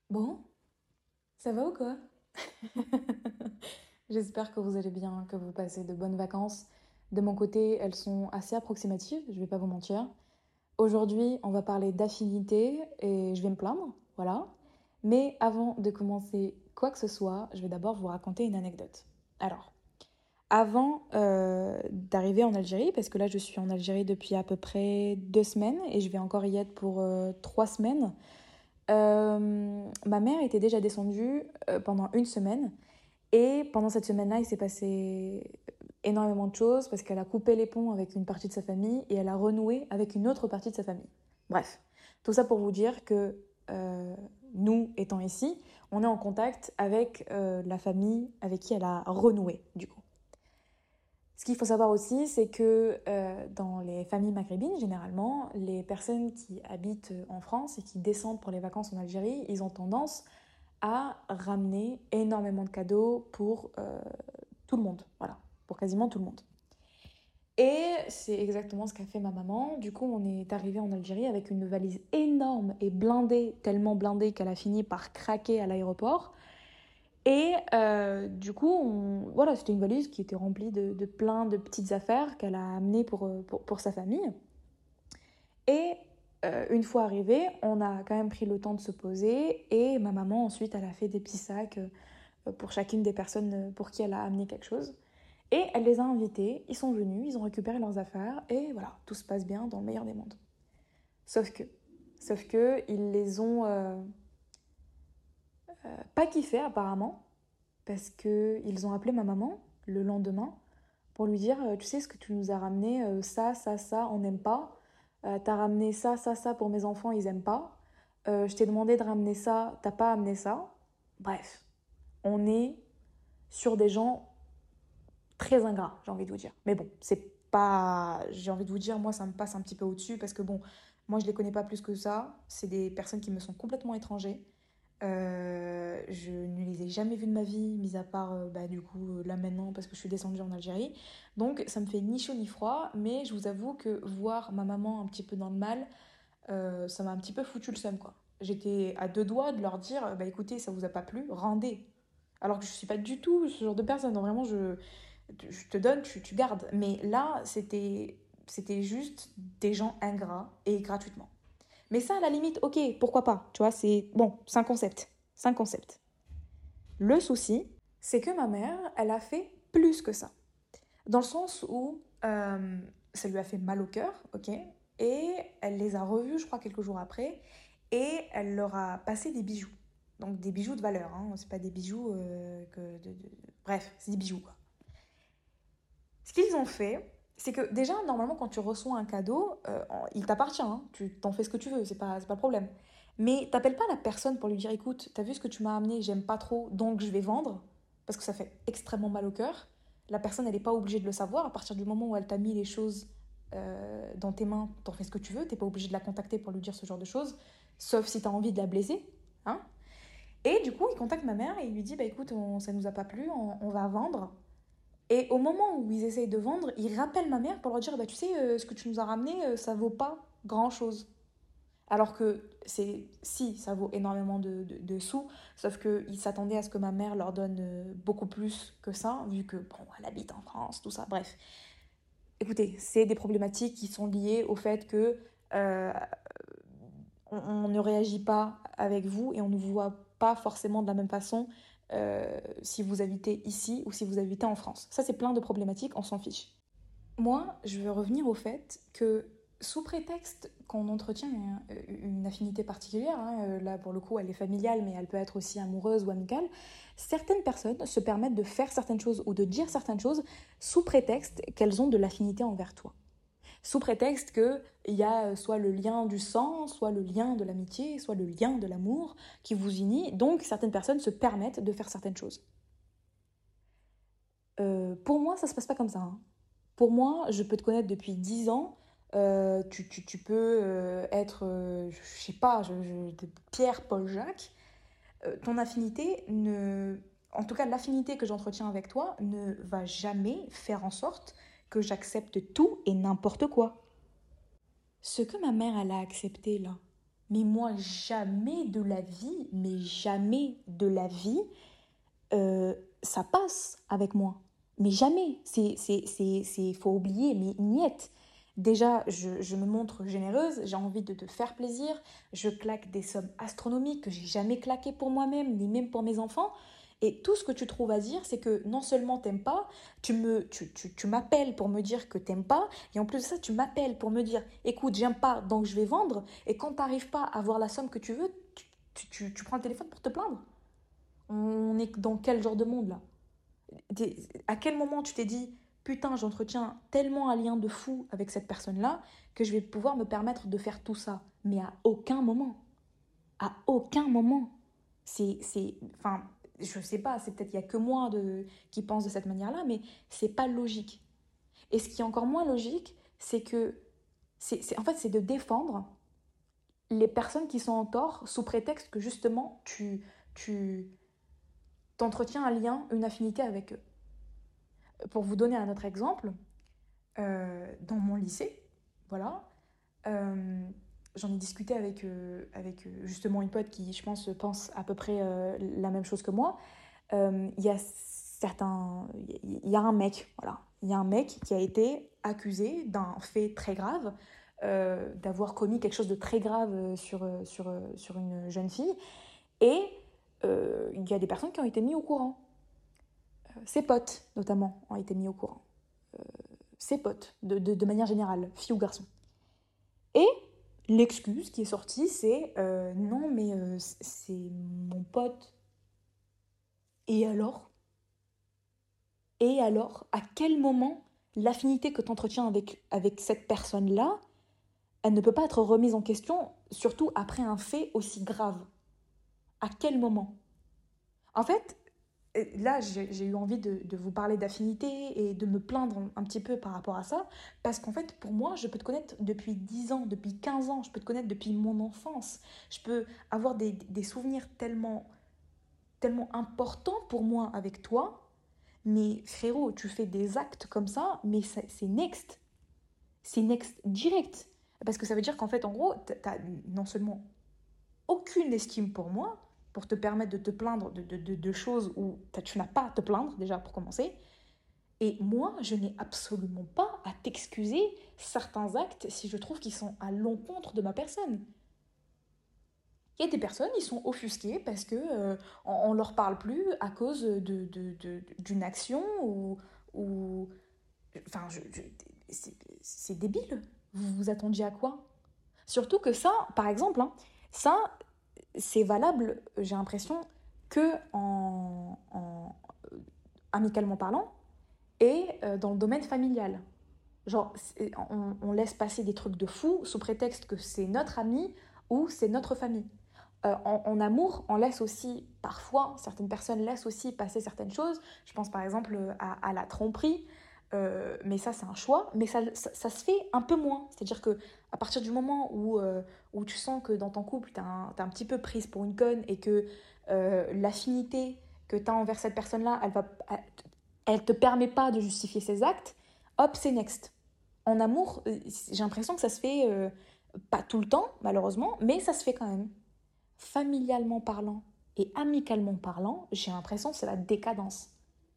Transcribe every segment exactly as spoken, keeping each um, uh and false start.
Bon, ça va ou quoi? J'espère que vous allez bien, que vous passez de bonnes vacances. De mon côté, elles sont assez approximatives, je vais pas vous mentir. Aujourd'hui, on va parler d'affinité et je vais me plaindre, voilà. Mais avant de commencer quoi que ce soit, je vais d'abord vous raconter une anecdote. Alors, avant euh, d'arriver en Algérie, parce que là je suis en Algérie depuis à peu près deux semaines et je vais encore y être pour euh, trois semaines. Euh, ma mère était déjà descendue euh, pendant une semaine et pendant cette semaine-là, il s'est passé énormément de choses parce qu'elle a coupé les ponts avec une partie de sa famille et elle a renoué avec une autre partie de sa famille. Bref, tout ça pour vous dire que euh, nous, étant ici, on est en contact avec euh, la famille avec qui elle a renoué, du coup. Ce qu'il faut savoir aussi, c'est que euh, dans les familles maghrébines, généralement, les personnes qui habitent en France et qui descendent pour les vacances en Algérie, ils ont tendance à ramener énormément de cadeaux pour euh, tout le monde, voilà, pour quasiment tout le monde. Et c'est exactement ce qu'a fait ma maman. Du coup, on est arrivé en Algérie avec une valise énorme et blindée, tellement blindée qu'elle a fini par craquer à l'aéroport. Et euh, du coup, on- voilà, c'était une valise qui était remplie de, de plein de petites affaires qu'elle a amenées pour, euh, pour, pour sa famille. Et euh, une fois arrivée, on a quand même pris le temps de se poser. Et ma maman, ensuite, elle a fait des petits sacs euh, pour chacune des personnes pour qui elle a amené quelque chose. Et elle les a invités, ils sont venus, ils ont récupéré leurs affaires. Et voilà, tout se passe bien dans le meilleur des mondes. Sauf que, sauf que, ils les ont euh, euh, pas kiffés apparemment. Parce qu'ils ont appelé ma maman le lendemain pour lui dire euh, tu sais ce que tu nous as ramené, euh, ça, ça, ça, on n'aime pas. Euh, t'as ramené ça, ça, ça pour mes enfants, ils aiment pas. Euh, je t'ai demandé de ramener ça, t'as pas amené ça. Bref, on est sur des gens très ingrats, j'ai envie de vous dire. Mais bon, c'est pas. J'ai envie de vous dire, moi, ça me passe un petit peu au-dessus parce que bon, moi, je les connais pas plus que ça. C'est des personnes qui me sont complètement étrangers. Euh, je ne les ai jamais vus de ma vie, mis à part euh, bah, du coup euh, là maintenant parce que je suis descendue en Algérie. Donc ça me fait ni chaud ni froid, mais je vous avoue que voir ma maman un petit peu dans le mal, euh, ça m'a un petit peu foutu le seum quoi. J'étais à deux doigts de leur dire euh, bah écoutez, ça vous a pas plu, rendez. Alors que je suis pas du tout ce genre de personne, non, vraiment je, je te donne, tu, tu gardes. Mais là, c'était c'était juste des gens ingrats et gratuitement. Mais ça, à la limite, ok, pourquoi pas, tu vois, c'est bon, c'est un concept. C'est un concept. Le souci, c'est que ma mère, elle a fait plus que ça. Dans le sens où euh, ça lui a fait mal au cœur, ok, et elle les a revus, je crois, quelques jours après, et elle leur a passé des bijoux. Donc des bijoux de valeur, hein, c'est pas des bijoux euh, que de, de- Bref, c'est des bijoux, quoi. Ce qu'ils ont fait, c'est que déjà, normalement, quand tu reçois un cadeau, euh, il t'appartient, hein, tu t'en fais ce que tu veux, c'est pas, c'est pas le problème. Mais t'appelles pas la personne pour lui dire, écoute, t'as vu ce que tu m'as amené, j'aime pas trop, donc je vais vendre, parce que ça fait extrêmement mal au cœur. La personne, elle n'est pas obligée de le savoir. À partir du moment où elle t'a mis les choses euh, dans tes mains, t'en fais ce que tu veux, t'es pas obligé de la contacter pour lui dire ce genre de choses, sauf si t'as envie de la blesser, hein. Et du coup, il contacte ma mère et il lui dit, bah écoute, on, ça nous a pas plu, on, on va vendre. Et au moment où ils essayent de vendre, ils rappellent ma mère pour leur dire bah, tu sais, euh, ce que tu nous as ramené, euh, ça vaut pas grand-chose. Alors que c'est si, ça vaut énormément de, de, de sous, sauf qu'ils s'attendaient à ce que ma mère leur donne euh, beaucoup plus que ça, vu que, bon, elle habite en France, tout ça, bref. Écoutez, c'est des problématiques qui sont liées au fait que euh, on, on ne réagit pas avec vous et on ne vous voit pas forcément de la même façon euh, si vous habitez ici ou si vous habitez en France. Ça, c'est plein de problématiques, on s'en fiche. Moi, je veux revenir au fait que, sous prétexte qu'on entretient une affinité particulière, hein, euh, là pour le coup elle est familiale mais elle peut être aussi amoureuse ou amicale, certaines personnes se permettent de faire certaines choses ou de dire certaines choses sous prétexte qu'elles ont de l'affinité envers toi. Sous prétexte qu'il y a soit le lien du sang, soit le lien de l'amitié, soit le lien de l'amour qui vous unit, donc certaines personnes se permettent de faire certaines choses. Euh, pour moi, ça se passe pas comme ça, hein. Pour moi, je peux te connaître depuis dix ans. Euh, tu, tu- tu peux euh, être, euh, je sais pas, je, je- de Pierre, Paul, Jacques. Euh, ton affinité ne. En tout cas, l'affinité que j'entretiens avec toi ne va jamais faire en sorte que j'accepte tout et n'importe quoi. Ce que ma mère, elle a accepté là, Mais moi, jamais de la vie, mais jamais de la vie, euh, ça passe avec moi. Mais jamais. C'est, c'est, c'est, c'est, faut oublier, mais niette. Déjà, je, je me montre généreuse, j'ai envie de te faire plaisir, je claque des sommes astronomiques que j'ai jamais claquées pour moi-même, ni même pour mes enfants. Et tout ce que tu trouves à dire, c'est que non seulement t'aimes pas, tu me, tu, tu, tu m'appelles pour me dire que t'aimes pas, et en plus de ça, tu m'appelles pour me dire, écoute, j'aime pas, donc je vais vendre. Et quand t'arrives pas à avoir la somme que tu veux, tu, tu, tu, tu prends le téléphone pour te plaindre. On est dans quel genre de monde là? À quel moment tu t'es dit, putain, j'entretiens tellement un lien de fou avec cette personne-là que je vais pouvoir me permettre de faire tout ça? Mais à aucun moment. À aucun moment. C'est, c'est, enfin, je sais pas, c'est peut-être il y a que moi de, qui pense de cette manière-là, mais c'est pas logique. Et ce qui est encore moins logique, c'est que, c'est, c'est, en fait, c'est de défendre les personnes qui sont en tort sous prétexte que justement tu, tu t'entretiens un lien, une affinité avec eux. Pour vous donner un autre exemple, euh, dans mon lycée, voilà, euh, j'en ai discuté avec, euh, avec euh, justement une pote qui, je pense, pense à peu près euh, la même chose que moi. Euh, Il y a certains, il y a un mec, voilà, il y a un mec qui a été accusé d'un fait très grave, euh, d'avoir commis quelque chose de très grave sur, sur, sur une jeune fille, et euh, il y a des personnes qui ont été mises au courant. Ses potes, notamment, ont été mis au courant. Ses potes, de, de, de manière générale, filles ou garçons. Et l'excuse qui est sortie, c'est euh, non, mais euh, c'est mon pote. Et alors? Et alors, à quel moment l'affinité que tu entretiens avec, avec cette personne-là, elle ne peut pas être remise en question, surtout après un fait aussi grave? À quel moment? En fait, là, j'ai eu envie de, de vous parler d'affinité et de me plaindre un petit peu par rapport à ça, parce qu'en fait, pour moi, je peux te connaître depuis dix ans, depuis quinze ans, je peux te connaître depuis mon enfance. Je peux avoir des, des souvenirs tellement, tellement importants pour moi avec toi, mais frérot, tu fais des actes comme ça, mais c'est next. C'est next direct. Parce que ça veut dire qu'en fait, en gros, t'as non seulement aucune estime pour moi, pour te permettre de te plaindre de, de, de, de choses où tu n'as pas à te plaindre, déjà pour commencer. Et moi, je n'ai absolument pas à t'excuser certains actes si je trouve qu'ils sont à l'encontre de ma personne. Il y a des personnes, ils sont offusqués parce que euh, on, on leur parle plus à cause de, de, de, d'une action ou, ou enfin, je, je, c'est, c'est débile. Vous vous attendiez à quoi? Surtout que ça, par exemple, hein, ça, c'est valable, j'ai l'impression, que en, en amicalement parlant et euh, dans le domaine familial. Genre, on, on laisse passer des trucs de fou sous prétexte que c'est notre ami ou c'est notre famille. Euh, en, en amour, on laisse aussi, parfois, certaines personnes laissent aussi passer certaines choses. Je pense par exemple à, à la tromperie, euh, mais ça c'est un choix, mais ça, ça, ça se fait un peu moins. C'est-à-dire que à partir du moment où, euh, où tu sens que dans ton couple, tu es un, t'es un petit peu prise pour une conne et que euh, l'affinité que tu as envers cette personne-là, elle va, elle, elle te permet pas de justifier ses actes, hop, c'est next. En amour, euh, j'ai l'impression que ça se fait euh, pas tout le temps, malheureusement, mais ça se fait quand même. Familialement parlant et amicalement parlant, j'ai l'impression que c'est la décadence.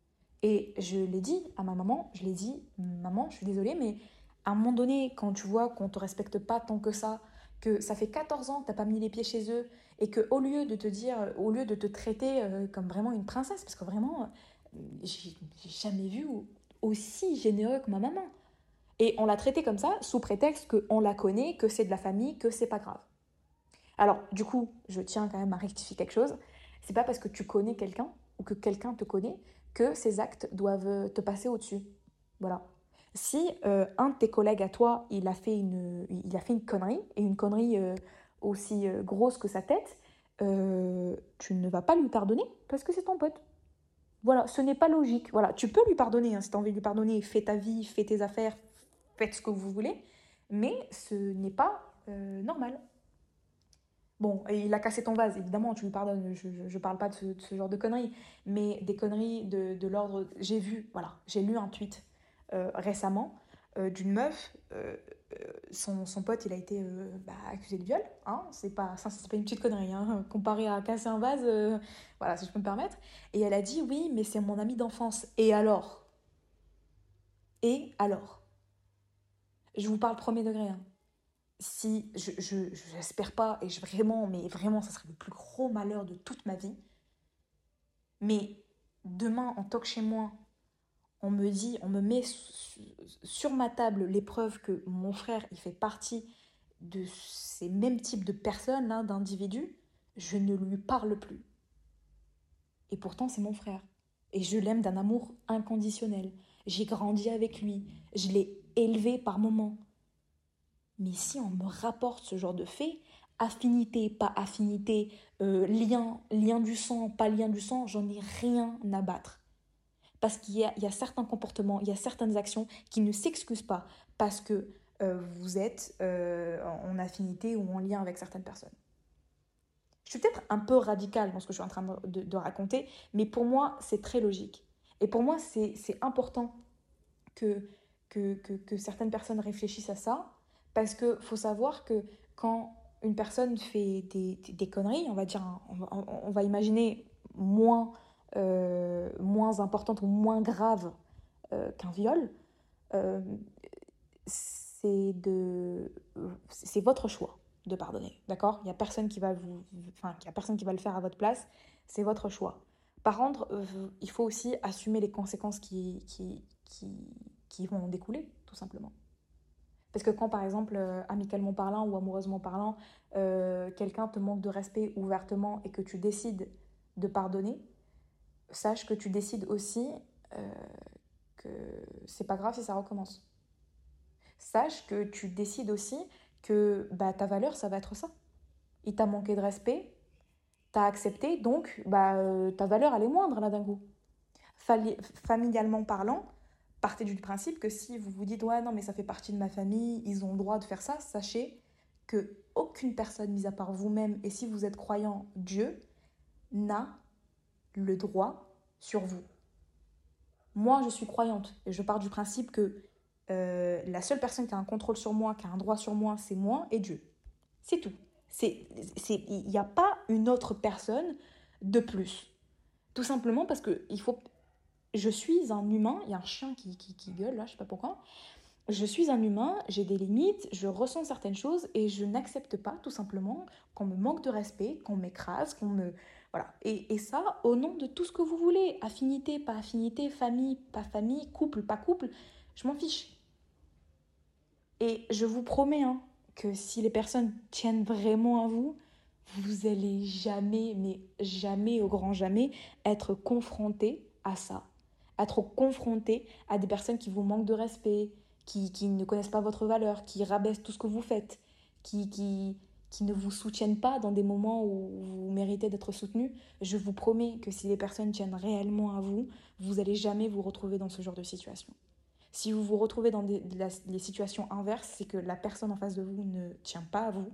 Et je l'ai dit à ma maman, je l'ai dit, maman, je suis désolée, mais à un moment donné, quand tu vois qu'on ne te respecte pas tant que ça, que ça fait quatorze ans que tu n'as pas mis les pieds chez eux, et qu'au lieu de te dire, au lieu de te traiter euh, comme vraiment une princesse, parce que vraiment, euh, j'ai j'ai jamais vu aussi généreux que ma maman. Et on l'a traité comme ça, sous prétexte qu'on la connaît, que c'est de la famille, que c'est pas grave. Alors, du coup, je tiens quand même à rectifier quelque chose. C'est pas parce que tu connais quelqu'un ou que quelqu'un te connaît que ces actes doivent te passer au-dessus. Voilà. Si euh, un de tes collègues à toi, il a fait une, il a fait une connerie, et une connerie euh, aussi euh, grosse que sa tête, euh, tu ne vas pas lui pardonner parce que c'est ton pote. Voilà, ce n'est pas logique. Voilà, tu peux lui pardonner, hein, si tu as envie de lui pardonner, fais ta vie, fais tes affaires, faites ce que vous voulez, mais ce n'est pas euh, normal. Bon, et il a cassé ton vase, évidemment, tu lui pardonnes, je, je, je parle pas de ce, de ce genre de conneries, mais des conneries de, de l'ordre... J'ai vu, voilà, j'ai lu un tweet euh, récemment euh, d'une meuf, euh, son, son pote, il a été euh, bah, accusé de viol. Hein. C'est pas, ça, c'est pas une petite connerie. Hein. Comparé à casser un vase, euh, voilà, si je peux me permettre. Et elle a dit, oui, mais c'est mon ami d'enfance. Et alors? Et alors? Je vous parle premier degré. Hein. Si, je, je, j'espère pas, et je, vraiment, mais vraiment, ça serait le plus gros malheur de toute ma vie. Mais demain, on toque chez moi, on me dit, on me met sur ma table les preuves que mon frère, il fait partie de ces mêmes types de personnes, là, d'individus, je ne lui parle plus. Et pourtant, c'est mon frère. Et je l'aime d'un amour inconditionnel. J'ai grandi avec lui. Je l'ai élevé par moments. Mais si on me rapporte ce genre de faits, affinité, pas affinité, euh, lien, lien du sang, pas lien du sang, j'en ai rien à battre. Parce qu'il y a, il y a certains comportements, il y a certaines actions qui ne s'excusent pas parce que euh, vous êtes euh, en affinité ou en lien avec certaines personnes. Je suis peut-être un peu radicale dans ce que je suis en train de, de, de raconter, mais pour moi, c'est très logique. Et pour moi, c'est, c'est important que, que, que, que certaines personnes réfléchissent à ça, parce qu'il faut savoir que quand une personne fait des, des, des conneries, on va dire, on va, on va imaginer moins, euh, moins importante ou moins grave euh, qu'un viol, euh, c'est de, c'est votre choix de pardonner, d'accord? Il y a personne qui va vous, enfin, il y a personne qui va le faire à votre place, c'est votre choix. Par contre, il faut aussi assumer les conséquences qui, qui, qui, qui vont en découler, tout simplement. Parce que quand, par exemple, euh, amicalement parlant ou amoureusement parlant, euh, quelqu'un te manque de respect ouvertement et que tu décides de pardonner, sache que tu décides aussi euh, que c'est pas grave si ça recommence. Sache que tu décides aussi que bah, ta valeur, ça va être ça. Il t'a manqué de respect, t'as accepté, donc bah, euh, ta valeur, elle est moindre là d'un coup. Fali- familialement parlant, partez du principe que si vous vous dites ouais non mais ça fait partie de ma famille, ils ont le droit de faire ça, sachez que aucune personne, mis à part vous-même, et si vous êtes croyant, Dieu, n'a le droit sur vous. Moi, je suis croyante et je pars du principe que euh, la seule personne qui a un contrôle sur moi, qui a un droit sur moi, c'est moi et Dieu. C'est tout. C'est, c'est, il n'y a pas une autre personne de plus. Tout simplement parce que il faut, je suis un humain, il y a un chien qui, qui, qui gueule là, je sais pas pourquoi. Je suis un humain, j'ai des limites, je ressens certaines choses et je n'accepte pas tout simplement qu'on me manque de respect, qu'on m'écrase, qu'on me... Voilà. Et, et ça, au nom de tout ce que vous voulez, affinité, pas affinité, famille, pas famille, couple, pas couple, je m'en fiche. Et je vous promets hein, que si les personnes tiennent vraiment à vous, vous allez jamais, mais jamais, au grand jamais, être confronté à ça. Être confronté à des personnes qui vous manquent de respect, qui, qui ne connaissent pas votre valeur, qui rabaissent tout ce que vous faites, qui, qui, qui ne vous soutiennent pas dans des moments où vous méritez d'être soutenu. Je vous promets que si les personnes tiennent réellement à vous, vous n'allez jamais vous retrouver dans ce genre de situation. Si vous vous retrouvez dans des, des, des situations inverses, c'est que la personne en face de vous ne tient pas à vous,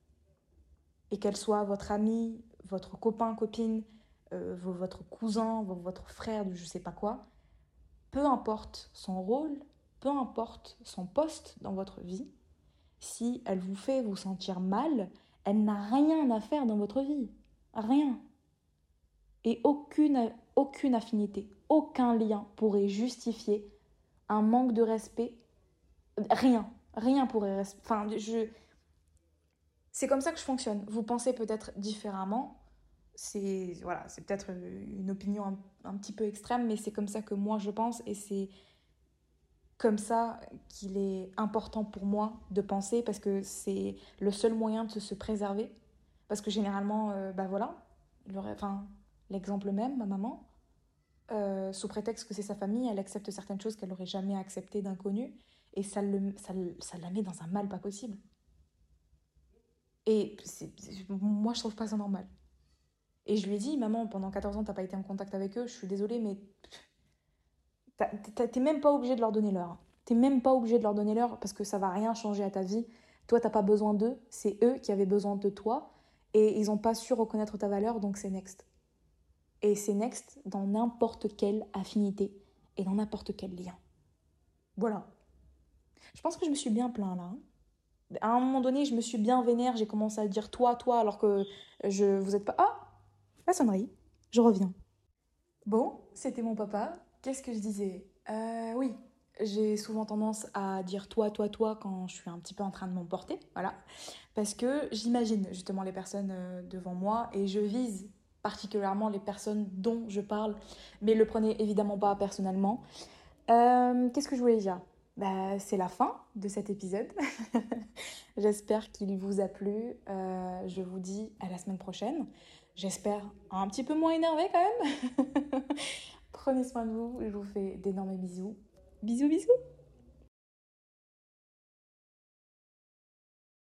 et qu'elle soit votre ami, votre copain, copine, euh, votre cousin, votre frère, je sais pas quoi, peu importe son rôle, peu importe son poste dans votre vie, si elle vous fait vous sentir mal, elle n'a rien à faire dans votre vie. Rien. Et aucune, aucune affinité, aucun lien pourrait justifier un manque de respect. Rien. Rien pourrait... Res- enfin, je... C'est comme ça que je fonctionne. Vous pensez peut-être différemment. C'est voilà, c'est peut-être une opinion un, un petit peu extrême, mais c'est comme ça que moi je pense et c'est comme ça qu'il est important pour moi de penser parce que c'est le seul moyen de se préserver. Parce que généralement, euh, bah voilà, le, enfin, l'exemple même, ma maman, euh, sous prétexte que c'est sa famille, elle accepte certaines choses qu'elle n'aurait jamais acceptées d'inconnus et ça, le, ça, ça la met dans un mal pas possible. Et c'est, c'est, moi, je trouve pas ça normal. Et je lui ai dit, maman, pendant quatorze ans, t'as pas été en contact avec eux, je suis désolée, mais t'es même pas obligé de leur donner l'heure. T'es même pas obligé de leur donner l'heure parce que ça va rien changer à ta vie. Toi, t'as pas besoin d'eux, c'est eux qui avaient besoin de toi et ils ont pas su reconnaître ta valeur, donc c'est next. Et c'est next dans n'importe quelle affinité et dans n'importe quel lien. Voilà. Je pense que je me suis bien plaint là. Hein. À un moment donné, je me suis bien vénère, j'ai commencé à dire toi, toi, alors que je vous êtes pas. Ah, la sonnerie, je reviens. Bon, c'était mon papa. Qu'est-ce que je disais? Euh, oui, j'ai souvent tendance à dire toi, toi, toi quand je suis un petit peu en train de m'emporter, voilà. Parce que j'imagine justement les personnes euh, devant moi et je vise particulièrement les personnes dont je parle, mais le prenez évidemment pas personnellement. Euh, qu'est-ce que je voulais dire? Bah, c'est la fin de cet épisode. J'espère qu'il vous a plu. Euh, je vous dis à la semaine prochaine. J'espère un petit peu moins énervé quand même. Prenez soin de vous. Je vous fais d'énormes bisous. Bisous, bisous.